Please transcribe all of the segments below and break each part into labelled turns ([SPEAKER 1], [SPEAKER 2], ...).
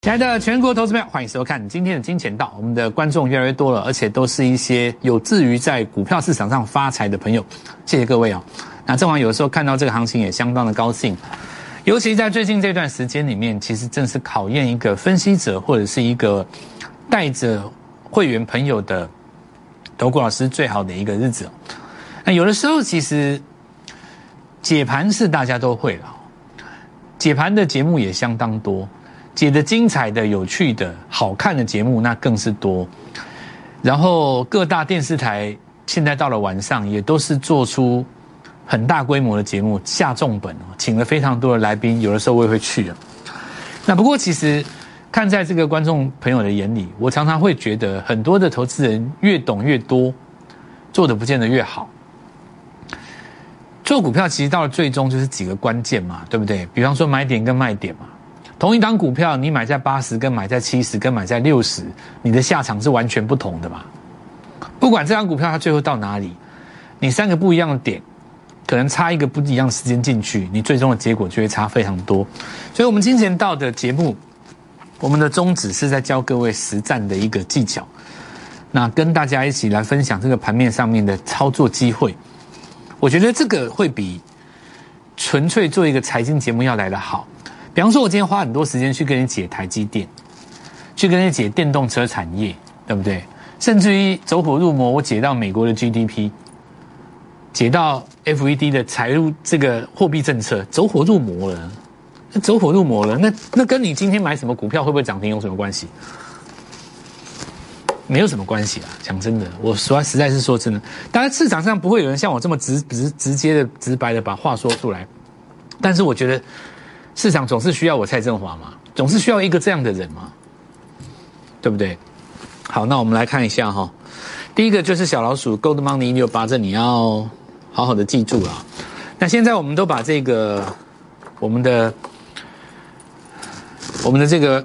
[SPEAKER 1] 亲爱的全国投资朋友，欢迎收看今天的金钱道。我们的观众越来越多了，而且都是一些有志于在股票市场上发财的朋友，谢谢各位哦。那正好有的时候看到这个行情也相当的高兴，尤其在最近这段时间里面，其实正是考验一个分析者或者是一个带着会员朋友的投顾老师最好的一个日子。那有的时候其实解盘是大家都会了，解盘的节目也相当多。解的精彩的、有趣的、好看的节目那更是多，然后各大电视台现在到了晚上也都是做出很大规模的节目，下重本，请了非常多的来宾，有的时候我也会去。那不过其实看在这个观众朋友的眼里，我常常会觉得很多的投资人越懂越多，做的不见得越好。做股票其实到了最终就是几个关键嘛，对不对？比方说买点跟卖点嘛。同一档股票，你买在80跟买在70跟买在60，你的下场是完全不同的嘛。不管这档股票它最后到哪里，你3个不一样的点，可能差一个不一样的时间进去，你最终的结果就会差非常多。所以我们金钱道的节目，我们的宗旨是在教各位实战的一个技巧，那跟大家一起来分享这个盘面上面的操作机会。我觉得这个会比纯粹做一个财经节目要来得好。比方说我今天花很多时间去跟你解台积电，去跟你解电动车产业，对不对？甚至于走火入魔，我解到美国的 GDP， 解到 FED 的财务这个货币政策，走火入魔了，走火入魔了。那跟你今天买什么股票会不会涨停有什么关系？没有什么关系啦，讲真的，我实在是说真的，当然市场上不会有人像我这么直接的、直白的把话说出来，但是我觉得市场总是需要我蔡正华嘛，总是需要一个这样的人嘛，对不对？好，那我们来看一下哈，第一个就是小老鼠 Gold Money 168，这你要好好的记住啦。那现在我们都把这个我们的这个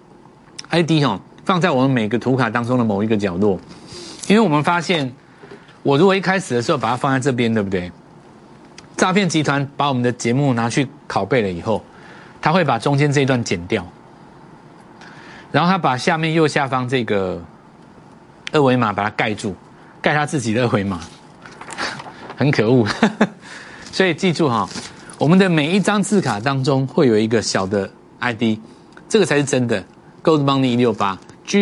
[SPEAKER 1] ID 哈放在我们每个图卡当中的某一个角落，因为我们发现，我如果一开始的时候把它放在这边，对不对？诈骗集团把我们的节目拿去拷贝了以后，他会把中间这一段剪掉，然后他把下面右下方这个二维码把它盖住，盖他自己的二维码，很可恶。所以记住哈，我们的每一张字卡当中会有一个小的 ID， 这个才是真的 Gold Money 168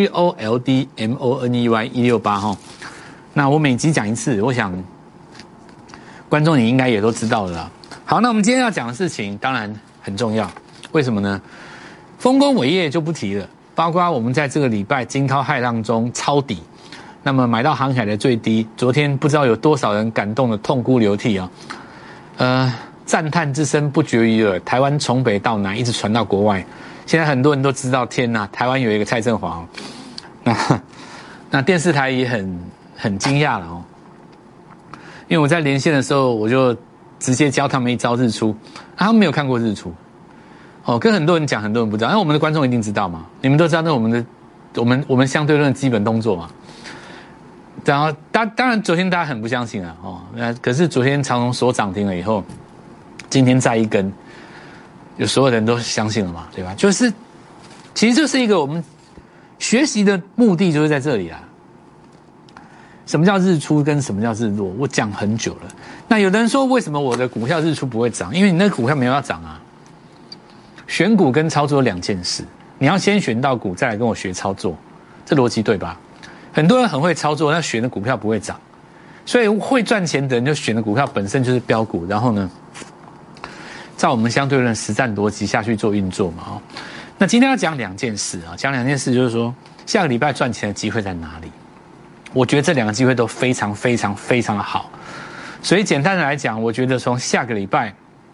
[SPEAKER 1] GOLD MONEY 168哈。那我每集讲一次，我想观众你应该也都知道了啦。好，那我们今天要讲的事情当然很重要，为什么呢？丰功伟业就不提了，包括我们在这个礼拜惊涛骇浪中抄底，那么买到航海的最低，昨天不知道有多少人感动的痛哭流涕啊，赞叹之声不绝于耳，台湾从北到南一直传到国外，现在很多人都知道，天哪，台湾有一个蔡正华，那电视台也很惊讶了哦，因为我在连线的时候，我就直接教他们一招日出，他们没有看过日出，跟很多人讲，很多人不知道，那我们的观众一定知道嘛，你们都知道那我们相对论的基本动作嘛。然后当然昨天大家很不相信啊，可是昨天长荣所涨停了以后，今天再一根，有所有人都相信了嘛，对吧？其实就是一个我们学习的目的就是在这里啦。什么叫日出跟什么叫日落，我讲很久了。那有的人说，为什么我的股票日出不会涨？因为你那个股票没有要涨啊。选股跟操作有两件事，你要先选到股，再来跟我学操作，这逻辑对吧？很多人很会操作，但选的股票不会涨，所以会赚钱的人就选的股票本身就是标股，然后呢，照我们相对论实战逻辑下去做运作嘛。那今天要讲两件事啊，讲两件事就是说，下个礼拜赚钱的机会在哪里？我觉得这两个机会都非常非常非常的好，所以简单的来讲，我觉得从下个礼拜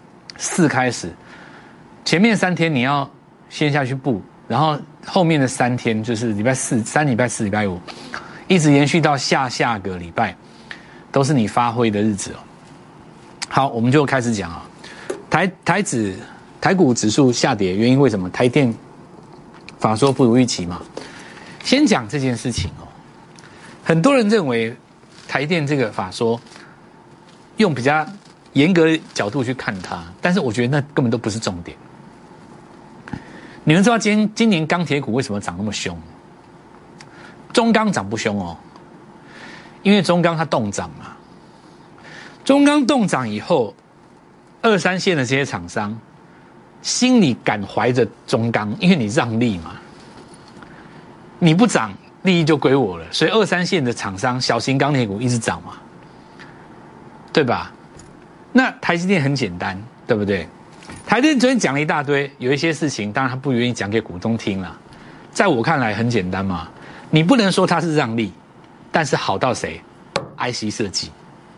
[SPEAKER 1] 4开始，前面3天你要先下去布，然后后面的3天就是礼拜4、礼拜4、礼拜5，一直延续到下个礼拜，都是你发挥的日子哦。好，我们就开始讲啊，台股指数下跌，原因为什么？台电法说不如预期嘛。先讲这件事情哦。很多人认为台电这个法说用比较严格的角度去看它，但是我觉得那根本都不是重点。 你们知道今年钢铁股为什么涨那么凶？中钢涨不凶哦，因为中钢它冻涨嘛。中钢冻涨以后，2、3线的这些厂商心里感怀着中钢，因为你让利嘛，你不涨，利益就归我了，所以2、3线的厂商小型钢铁股一直涨嘛，对吧？那台积电很简单，对不对？台积电昨天讲了一大堆，有一些事情当然他不愿意讲给股东听啦。在我看来很简单嘛，你不能说它是让利，但是好到谁 ？IC 设计。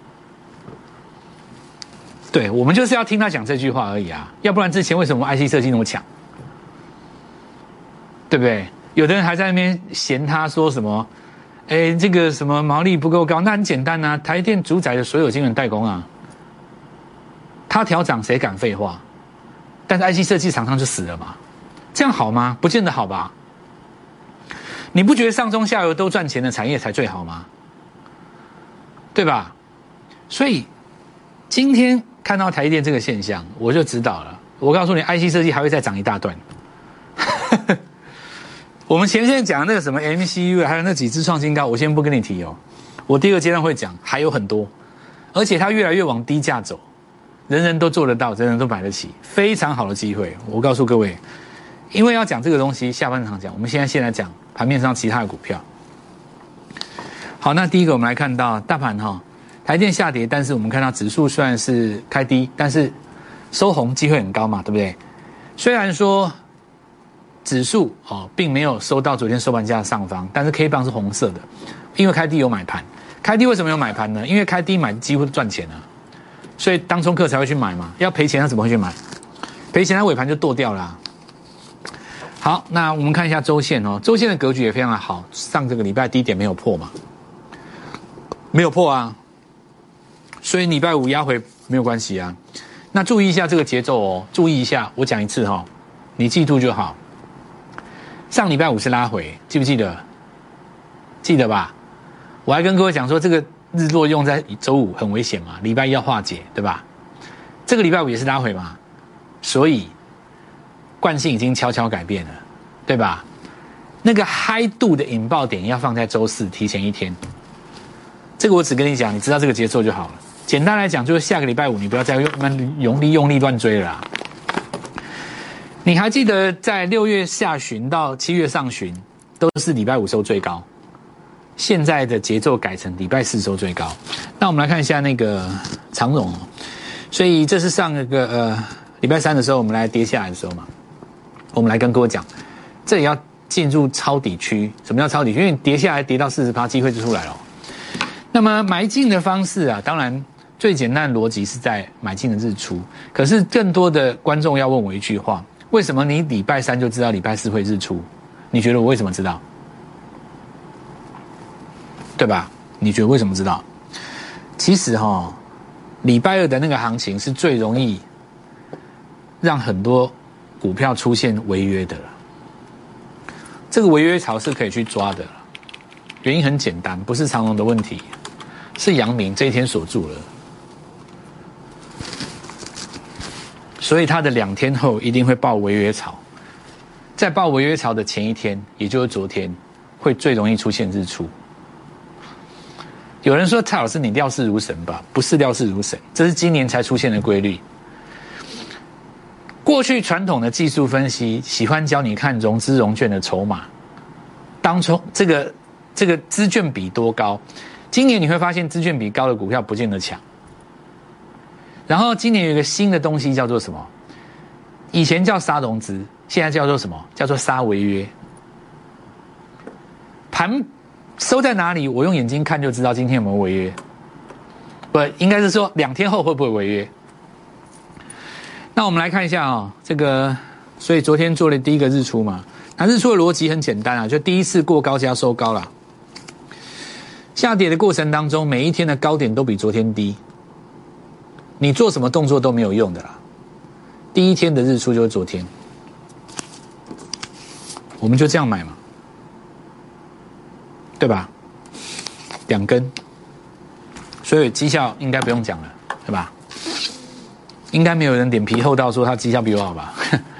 [SPEAKER 1] 对，我们就是要听他讲这句话而已啊，要不然之前为什么 IC 设计那么强？对不对？有的人还在那边嫌他说什么，这个什么毛利不够高，那很简单啊，台积电主宰的所有晶圆代工啊，他调涨谁敢废话？但是 IC 设计厂商就死了嘛，这样好吗？不见得好吧？你不觉得上中下游都赚钱的产业才最好吗？对吧？所以今天看到台积电这个现象，我就知道了。我告诉你 ，IC 设计还会再涨一大段。我们前面讲的那个什么 MCU， 还有那几只创新高，我先不跟你提哦。我第2个阶段会讲，还有很多，而且它越来越往低价走，人人都做得到，人人都买得起，非常好的机会。我告诉各位，因为要讲这个东西，下半场讲，我们先来讲盘面上其他的股票。好，那第一个我们来看到大盘哈。台积电下跌，但是我们看到指数虽然是开低，但是收红机会很高嘛，对不对？虽然说指数并没有收到昨天收盘价的上方，但是 K 棒是红色的，因为开低有买盘。开低为什么有买盘呢？因为开低买几乎赚钱啊，所以当冲客才会去买嘛。要赔钱他怎么会去买？赔钱他尾盘就剁掉了啊。好，那我们看一下周线哦，周线的格局也非常的好，上这个礼拜低点没有破嘛，没有破啊。所以礼拜5压回没有关系啊，那注意一下这个节奏哦，注意一下，我讲一次哈，你记住就好。上礼拜5是拉回，记不记得？记得吧？我还跟各位讲说，这个日落用在周5很危险嘛，礼拜1要化解，对吧？这个礼拜5也是拉回嘛，所以惯性已经悄悄改变了，对吧？那个嗨度的引爆点要放在周4提前1天，这个我只跟你讲，你知道这个节奏就好了。简单来讲，就是下个礼拜5你不要再用力乱追了啦。你还记得在6月下旬到7月上旬都是礼拜5收最高，现在的节奏改成礼拜4收最高。那我们来看一下那个长荣，所以这是上个礼拜3的时候我们来跌下来的时候嘛，我们来跟各位讲，这里要进入抄底区。什么叫抄底区？因为你跌下来跌到40%，机会就出来了。那么买进的方式啊，当然最简单的逻辑是在买进的日出。可是更多的观众要问我一句话：为什么你礼拜3就知道礼拜4会日出？你觉得我为什么知道？对吧？你觉得为什么知道？其实礼拜2的那个行情是最容易让很多股票出现违约的了。这个违约潮是可以去抓的，原因很简单，不是长荣的问题，是阳明这一天锁住了。所以它的2天后一定会爆违约潮，在爆违约潮的前一天，也就是昨天，会最容易出现日出。有人说蔡老师你料事如神吧？不是料事如神，这是今年才出现的规律。过去传统的技术分析喜欢教你看融资融券的筹码，当初这个资券比多高，今年你会发现资券比高的股票不见得强。然后今年有一个新的东西叫做什么？以前叫杀融资，现在叫做什么？叫做杀违约。盘收在哪里？我用眼睛看就知道今天有没有违约。不，应该是说2天后会不会违约？那我们来看一下这个，所以昨天做了第一个日出嘛。那日出的逻辑很简单啊，就第一次过高加收高啦。下跌的过程当中，每一天的高点都比昨天低。你做什么动作都没有用的啦。第一天的日出就是昨天，我们就这样买嘛，对吧？2根，所以绩效应该不用讲了，对吧？应该没有人脸皮厚到说他绩效比我好吧？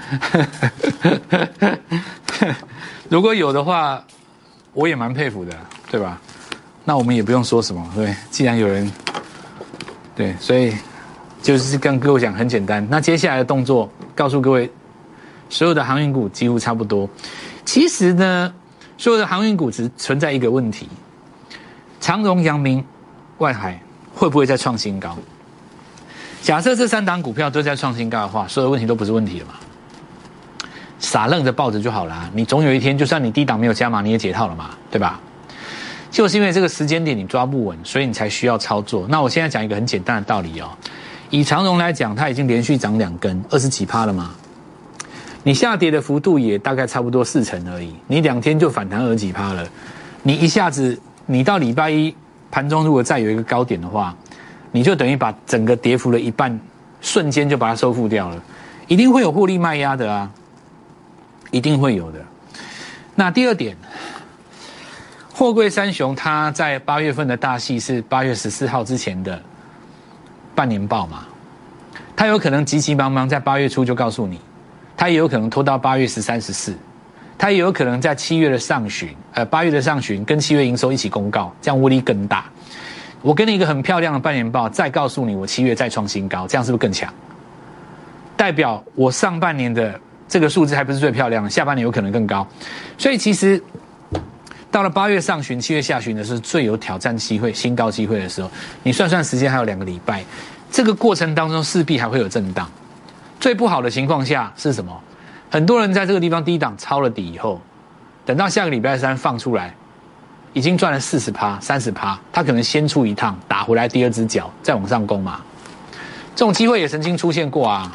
[SPEAKER 1] 如果有的话，我也蛮佩服的，对吧？那我们也不用说什么，对，既然有人，对，所以就是跟各位讲很简单。那接下来的动作，告诉各位，所有的航运股几乎差不多。其实呢，所有的航运股只存在一个问题：长荣、阳明、万海会不会再创新高？假设这3档股票都在创新高的话，所有的问题都不是问题了嘛？傻愣着抱着就好啦，你总有一天，就算你低档没有加码，你也解套了嘛，对吧？就是因为这个时间点你抓不稳，所以你才需要操作。那我现在讲一个很简单的道理哦，以长荣来讲，它已经连续涨2根，20几%了嘛。你下跌的幅度也大概差不多4成而已，你2天就反弹20几%了。你一下子，你到礼拜一盘中如果再有一个高点的话，你就等于把整个跌幅的一半瞬间就把它收复掉了，一定会有获利卖压的啊。一定会有的。那第二点，货柜三雄它在8月份的大戏是8月14号之前的半年报嘛，它有可能急急忙忙在8月初就告诉你，它也有可能拖到8月13、14，它也有可能在8月的上旬跟7月营收一起公告，这样威力更大。我给你一个很漂亮的半年报，再告诉你我7月再创新高，这样是不是更强？代表我上半年的这个数字还不是最漂亮的，下半年有可能更高。所以其实到了8月上旬、7月下旬的是最有挑战机会、新高机会的时候。你算算时间还有2个礼拜，这个过程当中势必还会有震荡。最不好的情况下是什么？很多人在这个地方低档抄了底以后，等到下个礼拜3放出来，已经赚了40%、30%，他可能先出一趟，打回来第2只脚，再往上攻嘛。这种机会也曾经出现过啊。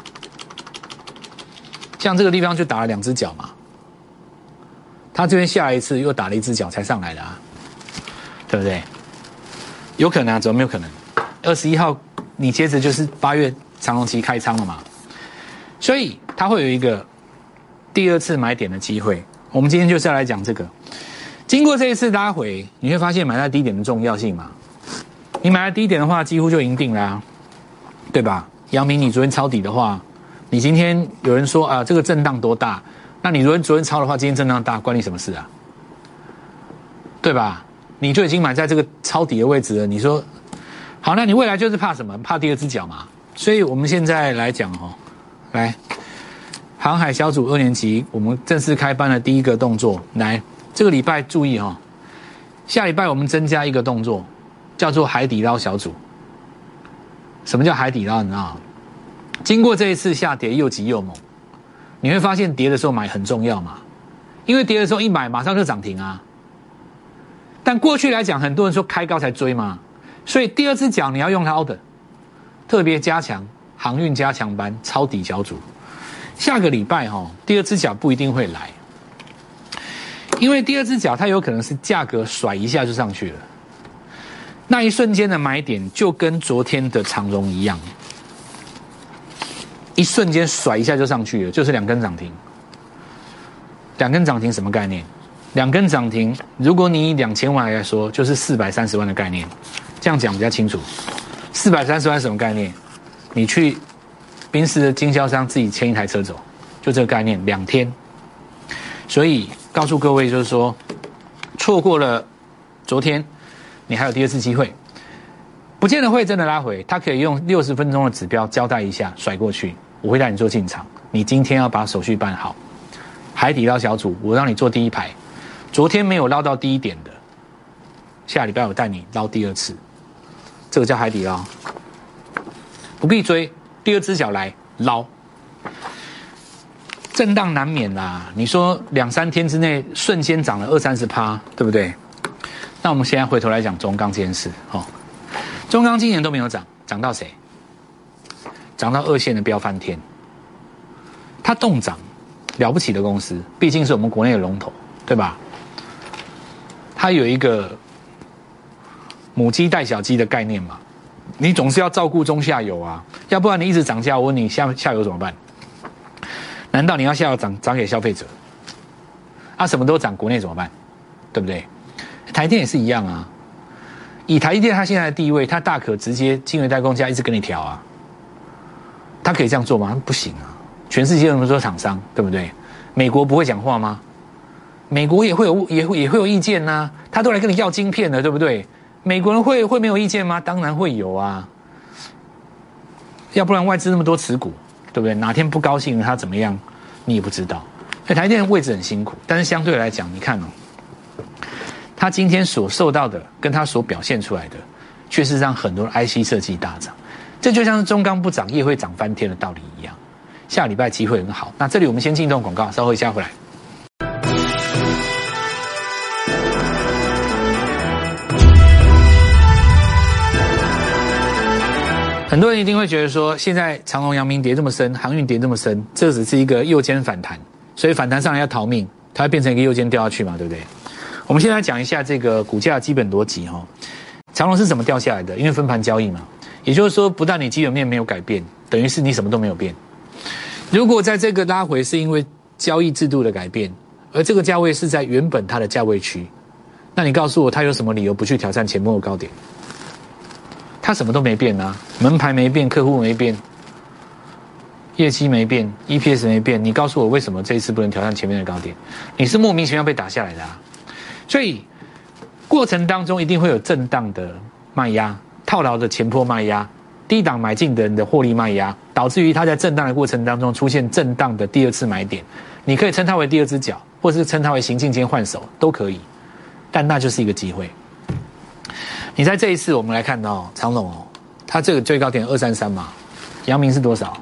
[SPEAKER 1] 像这个地方就打了2只脚嘛，他这边下来一次又打了1只脚才上来的啊，对不对？有可能啊，怎么没有可能？21号你接着就是8月长荣期开仓了嘛，所以它会有一个第2次买点的机会。我们今天就是要来讲这个。经过这一次拉回，你会发现买在低点的重要性嘛。你买在低点的话，几乎就赢定了啊，对吧？阳明你昨天抄底的话，你今天有人说啊，这个震荡多大？那你昨天抄的话，今天震荡大，关你什么事啊？对吧？你就已经买在这个抄底的位置了。你说好，那你未来就是怕什么？怕第2只脚嘛。所以我们现在来讲哦，来，航海小组2年级，我们正式开班的第一个动作，来，这个礼拜注意哦，下礼拜我们增加一个动作，叫做海底捞小组。什么叫海底捞？你知道吗？经过这一次下跌又急又猛，你会发现跌的时候买很重要嘛，因为跌的时候一买马上就涨停啊。但过去来讲，很多人说开高才追嘛，所以第2只脚你要用捞的，特别加强航运加强班抄底小组。下个礼拜第2只脚不一定会来，因为第2只脚它有可能是价格甩一下就上去了，那一瞬间的买点就跟昨天的长荣一样。一瞬间甩一下就上去了，就是2根涨停。2根涨停什么概念？2根涨停，如果你以2000万来说，就是430万的概念。这样讲比较清楚。430万什么概念？你去宾士的经销商自己牵一台车走，就这个概念，2天。所以告诉各位，就是说，错过了昨天，你还有第2次机会。不见得会真的拉回，他可以用60分钟的指标交代一下，甩过去，我会带你做进场。你今天要把手续办好。海底捞小组，我让你做第1排。昨天没有捞到第1点的，下礼拜我带你捞第2次，这个叫海底捞。不必追，第2只脚来捞。震荡难免啦，你说2、3天之内瞬间涨了20-30%，对不对？那我们现在回头来讲中钢这件事哦。中钢今年都没有涨，涨到谁？涨到2线的飙翻天。它动涨，了不起的公司，毕竟是我们国内的龙头，对吧？它有一个母鸡带小鸡的概念嘛，你总是要照顾中下游啊，要不然你一直涨价，我问你下游怎么办？难道你要下游涨给消费者？啊，什么都涨，国内怎么办？对不对？台电也是一样啊。以台积电它现在的地位，它大可直接晶圆代工价一直跟你调啊，它可以这样做吗？不行啊， 全世界那么多厂商，对不对？美国不会讲话吗？美国也会有意见啊，他都来跟你要晶片了，对不对？美国人会没有意见吗？当然会有啊，要不然外资那么多持股，对不对？哪天不高兴了他怎么样，你也不知道。所以台积电的位置很辛苦，但是相对来讲，你看哦，他今天所受到的跟他所表现出来的，却是让很多 IC 设计大涨。这就像是中钢不涨也会涨翻天的道理一样。下礼拜机会很好，那这里我们先进一段广告，稍后一下回来。很多人一定会觉得说，现在长荣、阳明跌这么深，航运跌这么深，这只是一个右肩反弹，所以反弹上来要逃命，它会变成一个右肩掉下去嘛，对不对？我们先来讲一下这个股价的基本逻辑哈。长荣是怎么掉下来的？因为分盘交易嘛，也就是说，不但你基本面没有改变，等于是你什么都没有变。如果在这个拉回是因为交易制度的改变，而这个价位是在原本它的价位区，那你告诉我，它有什么理由不去挑战前波的高点？它什么都没变啊，门牌没变，客户没变，业绩没变 ，EPS 没变，你告诉我为什么这一次不能挑战前面的高点？你是莫名其妙被打下来的啊！所以过程当中一定会有震荡的卖压、套牢的前波卖压、低档买进的人的获利卖压，导致于它在震荡的过程当中出现震荡的第二次买点。你可以称它为第二只脚，或者是称它为行进间换手都可以，但那就是一个机会。你在这一次我们来看到长荣哦，它这个最高点233嘛，阳明是多少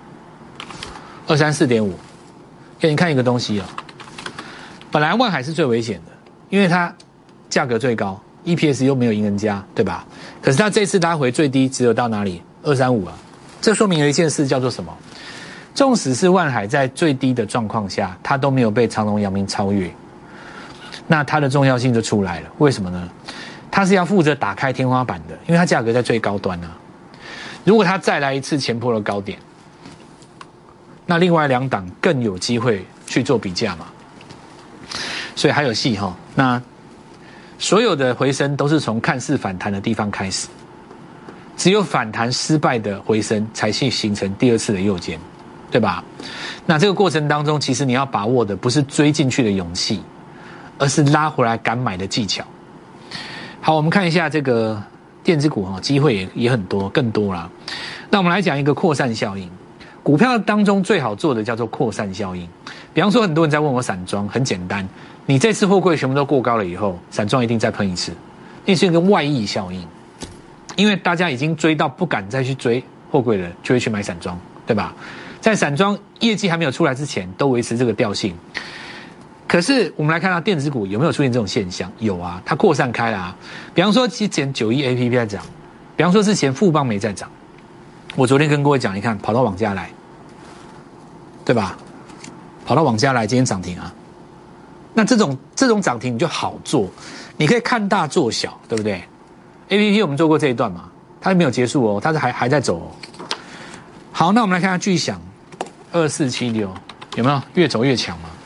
[SPEAKER 1] ？234.5。给你看一个东西哦，本来万海是最危险的，因为它价格最高 ，EPS 又没有赢人家，对吧？可是它这次拉回最低只有到哪里？235啊。这说明了一件事，叫做什么？纵使是万海在最低的状况下，它都没有被长荣、阳明超越，那它的重要性就出来了。为什么呢？它是要负责打开天花板的，因为它价格在最高端啊。如果它再来一次前波的高点，那另外两档更有机会去做比价嘛。所以还有戏哈。那所有的回升都是从看似反弹的地方开始，只有反弹失败的回升才去形成第二次的右肩，对吧？那这个过程当中，其实你要把握的不是追进去的勇气，而是拉回来敢买的技巧。好，我们看一下这个电子股哈，机会也很多，更多啦。那我们来讲一个扩散效应。股票当中最好做的叫做扩散效应。比方说，很多人在问我散装，很简单，你这次货柜全部都过高了以后，散装一定再喷一次，那是一个外溢效应。因为大家已经追到不敢再去追货柜了，就会去买散装，对吧？在散装业绩还没有出来之前，都维持这个调性。可是我们来看到电子股有没有出现这种现象？有啊，它扩散开了啊。比方说之前91APP 在涨，比方说之前富邦没在涨。我昨天跟各位讲，你看跑到网家来，对吧？跑到网家来，今天涨停啊。那这种涨停你就好做，你可以看大做小，对不对？APP 我们做过这一段嘛，它没有结束哦，它是还在走哦。好，那我们来看下巨响2476有没有越走越强嘛？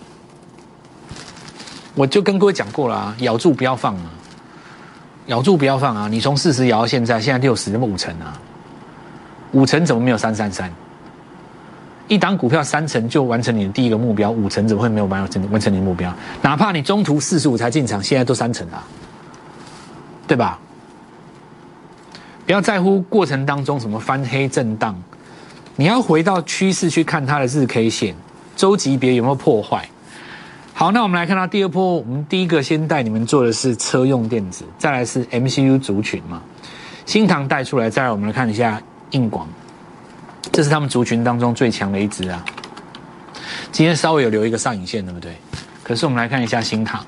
[SPEAKER 1] 我就跟各位讲过了啊，咬住不要放啊，咬住不要放啊！你从40咬到现在60，那么5成啊，5成怎么没有333？一档股票3成就完成你的第一个目标，5成怎么会没有完成你的目标？哪怕你中途45才进场，现在都3成啊，对吧？不要在乎过程当中什么翻黑震荡，你要回到趋势去看它的日 K 线、周级别有没有破坏。好，那我们来看到第二波，我们第一个先带你们做的是车用电子，再来是 MCU 族群嘛，新唐带出来，再来我们来看一下硬广，这是他们族群当中最强的一支啊。今天稍微有留一个上影线，对不对？可是我们来看一下新唐，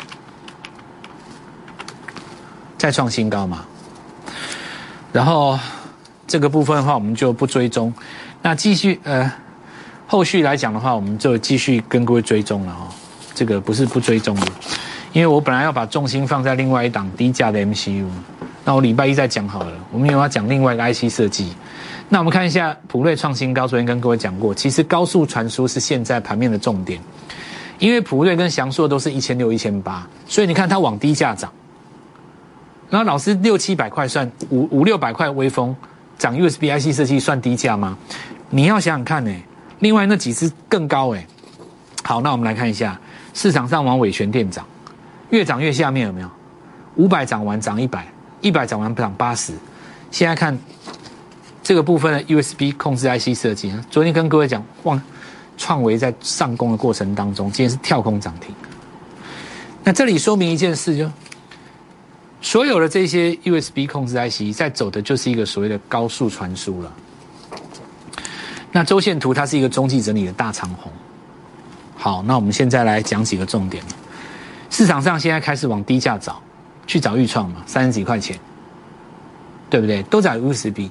[SPEAKER 1] 再创新高嘛。然后这个部分的话，我们就不追踪。那继续后续来讲的话，我们就继续跟各位追踪了哦。这个不是不追踪的，因为我本来要把重心放在另外一档低价的 MCU， 那我礼拜一再讲好了。我们有要讲另外一个 IC 设计。那我们看一下普瑞创新高，昨天跟各位讲过，其实高速传输是现在盘面的重点，因为普瑞跟祥硕都是1600、1800，所以你看它往低价涨。然后老师600、700块算500-600块微风涨 USB IC 设计算低价吗？你要想想看呢， 另外那几只更高哎。好，那我们来看一下市场上往尾权店涨，越涨越下面有没有？500涨完涨100，100涨完涨80。现在看这个部分的 USB 控制 IC 设计，昨天跟各位讲，创惟在上攻的过程当中，今天是跳空涨停。那这里说明一件事就。所有的这些 USB 控制 IC 在走的就是一个所谓的高速传输了。那周线图它是一个中继整理的大长红。好，那我们现在来讲几个重点。市场上现在开始往低价找，去找预创嘛，30几块钱，对不对？都在 USB。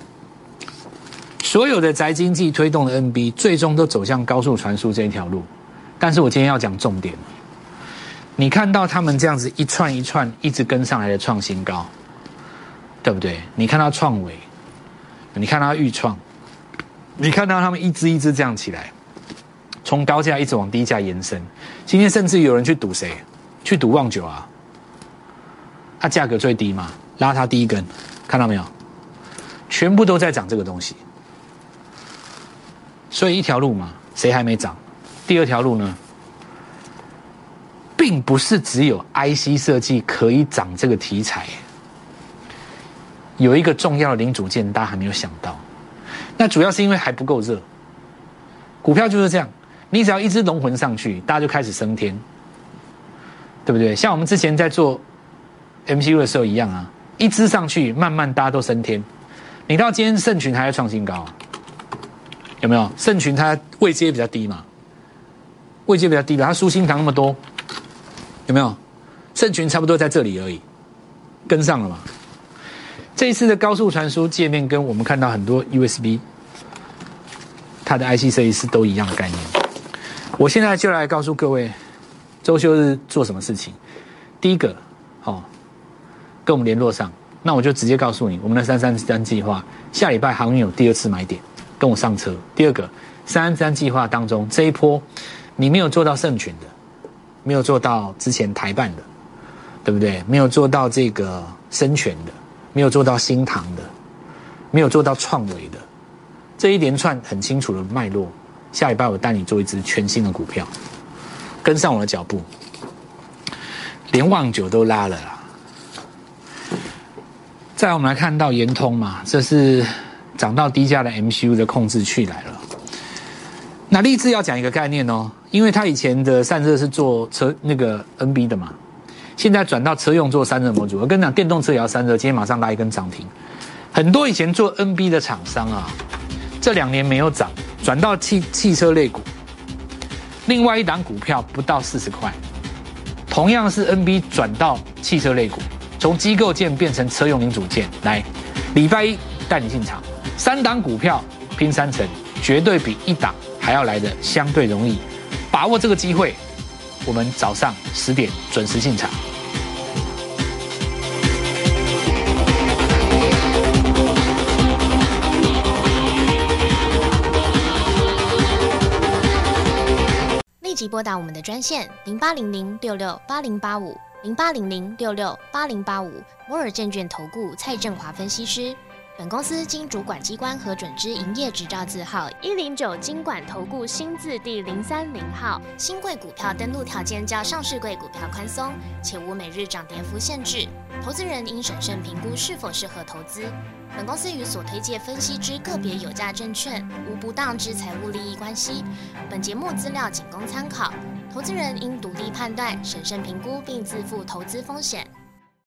[SPEAKER 1] 所有的宅经济推动的 NB 最终都走向高速传输这一条路。但是我今天要讲重点。你看到他们这样子一串一串一直跟上来的创新高，对不对？你看到创惟，你看到预创，你看到他们一只一只这样起来，从高价一直往低价延伸。今天甚至有人去赌谁？去赌旺九啊！它价格最低嘛，拉它第一根，看到没有？全部都在涨这个东西。所以一条路嘛，谁还没涨？第二条路呢？并不是只有 IC 设计可以涨这个题材，有一个重要的零组件大家还没有想到，那主要是因为还不够热。股票就是这样，你只要一只龙魂上去，大家就开始升天，对不对？像我们之前在做 MCU 的时候一样啊，一只上去，慢慢大家都升天。你到今天盛群还在创新高啊，有没有？盛群它位阶比较低嘛，位阶比较低了，它输新堂那么多。有没有？盛群差不多在这里而已，跟上了嘛？这一次的高速传输界面跟我们看到很多 USB， 它的 IC 设计师都一样的概念。我现在就来告诉各位，周休日做什么事情。第一个，跟我们联络上，那我就直接告诉你，我们的333计划下礼拜航运有第2次买点，跟我上车。第二个，333计划当中这一波你没有做到盛群的。没有做到之前台办的，对不对？没有做到这个深全的，没有做到新唐的，没有做到创惟的，这一连串很清楚的脉络。下礼拜我带你做一支全新的股票，跟上我的脚步，连旺九都拉了啦。再来我们来看到延通嘛，这是涨到低价的 MCU 的控制去来了。那立志要讲一个概念哦。因为他以前的散热是做车那个 NB 的嘛，现在转到车用做散热模组。我跟你讲，电动车也要散热，今天马上拉一根涨停。很多以前做 NB 的厂商啊，这2年没有涨，转到汽车类股。另外一档股票不到40块，同样是 NB 转到汽车类股，从机构件变成车用零组件。来，礼拜一带你进场，3档股票拼3成，绝对比1档还要来的相对容易。把握这个机会，我们早上10点准时进场。
[SPEAKER 2] 立即拨打我们的专线08006680850800668085摩尔证券投顾蔡正华分析师。本公司经主管机关核准之营业执照字号109金管投顾新字第030号。新贵股票登录条件较上市贵股票宽松，且无每日涨跌幅限制。投资人应审慎评估是否适合投资。本公司与所推介分析之个别有价证券无不当之财务利益关系。本节目资料仅供参考，投资人应独立判断、审慎评估并自负投资风险。